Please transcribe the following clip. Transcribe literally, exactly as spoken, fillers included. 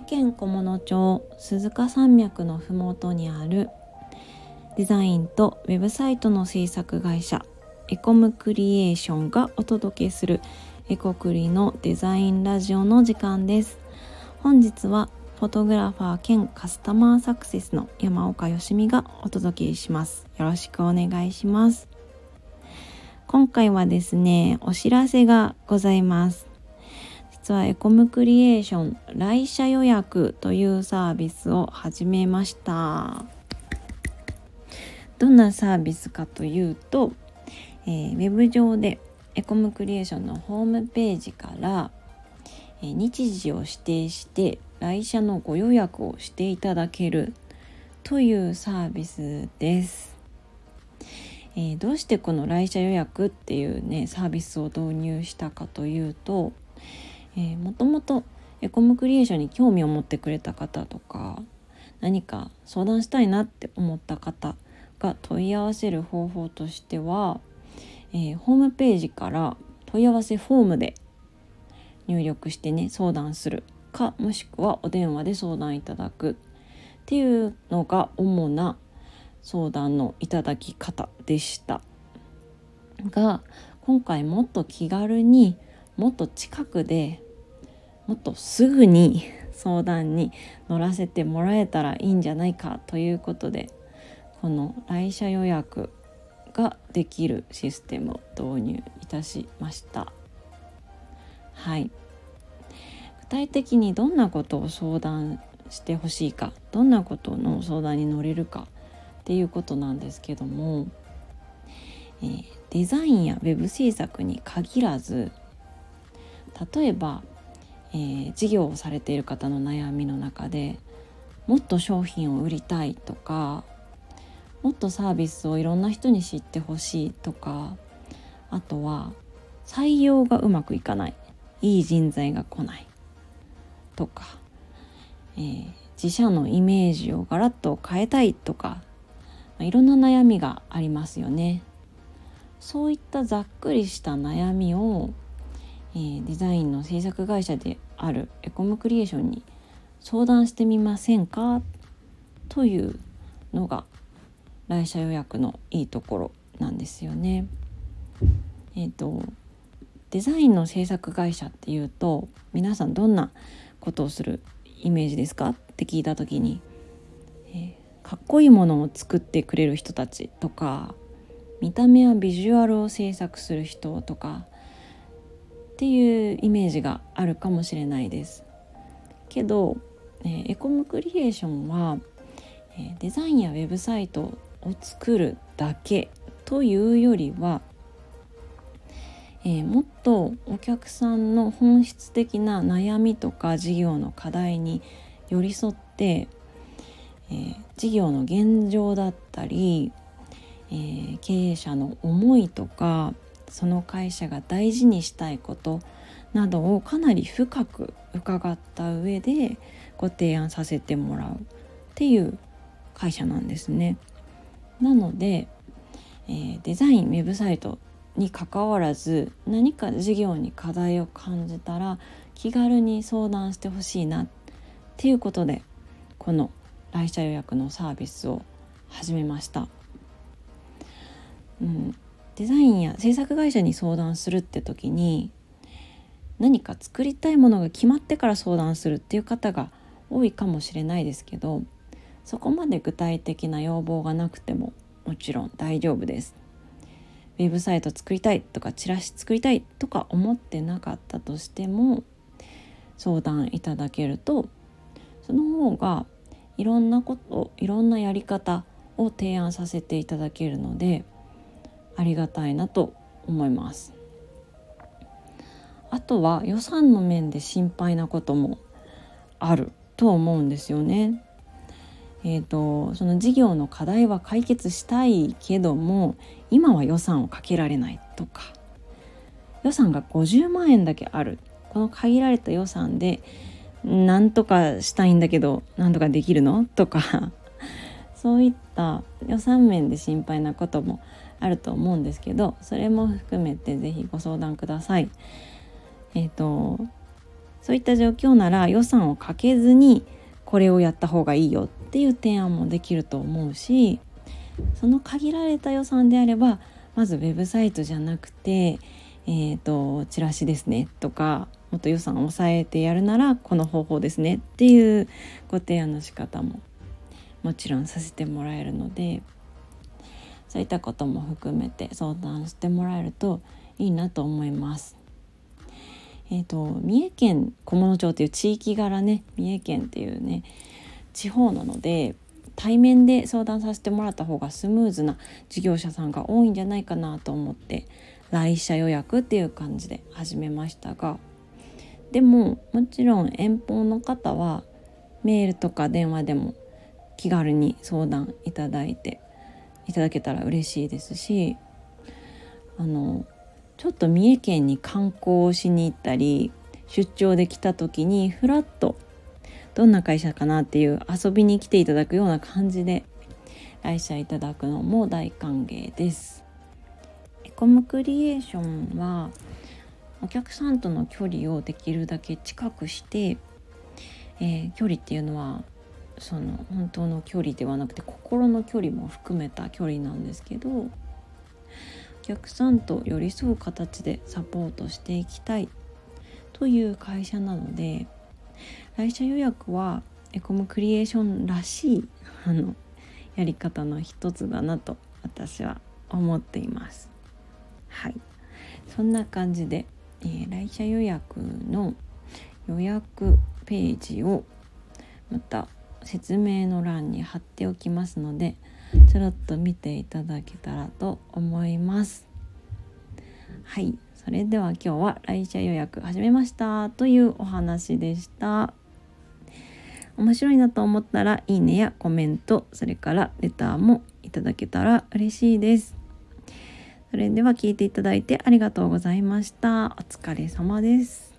県菰野町鈴鹿山脈のふもとにあるデザインとウェブサイトの制作会社エコムクリエーションがお届けするエコクリのデザインラジオの時間です。本日はフォトグラファー兼カスタマーサクセスの山岡よしみがお届けします。よろしくお願いします。今回はですね、お知らせがございます。実はエコムクリエーション来社予約というサービスを始めました。どんなサービスかというと、えー、ウェブ上でエコムクリエーションのホームページから、えー、日時を指定して来社のご予約をしていただけるというサービスです。えー、どうしてこの来社予約っていうねサービスを導入したかというと、えー、もともとエコムクリエーションに興味を持ってくれた方とか、何か相談したいなって思った方が問い合わせる方法としては、えー、ホームページから問い合わせフォームで入力してね相談するか、もしくはお電話で相談いただくっていうのが主な相談のいただき方でしたが、今回もっと気軽にもっと近くでもっとすぐに相談に乗らせてもらえたらいいんじゃないかということで、この来社予約ができるシステムを導入いたしました。はい。具体的にどんなことを相談してほしいか、どんなことの相談に乗れるかっていうことなんですけども、えー、デザインやウェブ制作に限らず、例えば、えー、事業をされている方の悩みの中でもっと商品を売りたいとか、もっとサービスをいろんな人に知ってほしいとか、あとは採用がうまくいかない、いい人材が来ないとか、えー、自社のイメージをガラッと変えたいとか、いろんな悩みがありますよね。そういったざっくりした悩みを、えー、デザインの制作会社であるエコムクリエーションに相談してみませんかというのが来社予約のいいところなんですよね。えーと、デザインの制作会社っていうと、皆さんどんなことをするイメージですかって聞いた時に、えー、かっこいいものを作ってくれる人たちとか、見た目やビジュアルを制作する人とかっていうイメージがあるかもしれないですけど、えー、エコムクリエーションは、えー、デザインやウェブサイトを作るだけというよりは、えー、もっとお客さんの本質的な悩みとか事業の課題に寄り添って、えー、事業の現状だったり、えー、経営者の思いとか、その会社が大事にしたいことなどをかなり深く伺った上でご提案させてもらうっていう会社なんですね。なので、えー、デザインウェブサイトに関わらず、何か事業に課題を感じたら気軽に相談してほしいなっていうことで、この来社予約のサービスを始めました。うん、デザインや制作会社に相談するって時に、何か作りたいものが決まってから相談するっていう方が多いかもしれないですけど、そこまで具体的な要望がなくてももちろん大丈夫です。ウェブサイト作りたいとかチラシ作りたいとか思ってなかったとしても相談いただけると、その方がいろんなこと、いろんなやり方を提案させていただけるのでありがたいなと思います。あとは予算の面で心配なこともあると思うんですよね。えーと、その事業の課題は解決したいけども今は予算をかけられないとか、予算がごじゅうまんえんだけある、この限られた予算でなんとかしたいんだけどなんとかできるのとかそういった予算面で心配なこともあると思うんですけど、それも含めてぜひご相談ください。えーとそういった状況なら予算をかけずにこれをやった方がいいよっていう提案もできると思うし、その限られた予算であればまずウェブサイトじゃなくて、えーと、チラシですねとか、もっと予算を抑えてやるならこの方法ですねっていうご提案の仕方ももちろんさせてもらえるので、そういったことも含めて相談してもらえるといいなと思います。えーと、三重県菰野町っていう地域柄ね、三重県っていうね地方なので、対面で相談させてもらった方がスムーズな事業者さんが多いんじゃないかなと思って来社予約っていう感じで始めましたが、でももちろん遠方の方はメールとか電話でも気軽に相談いただいていただけたら嬉しいですし、あのちょっと三重県に観光しに行ったり出張で来た時にフラッとどんな会社かなっていう遊びに来ていただくような感じで来社いただくのも大歓迎です。エコムクリエーションはお客さんとの距離をできるだけ近くして、えー、距離っていうのはその本当の距離ではなくて心の距離も含めた距離なんですけど、お客さんと寄り添う形でサポートしていきたいという会社なので、来社予約はエコムクリエーションらしいあのやり方の一つだなと私は思っています。はい、そんな感じで、えー、来社予約の予約ページをまた説明の欄に貼っておきますので、ちょろっと見ていただけたらと思います。はい、それでは今日は来社予約始めましたというお話でした。面白いなと思ったらいいねやコメント、それからレターもいただけたら嬉しいです。それでは聞いていただいてありがとうございました。お疲れ様です。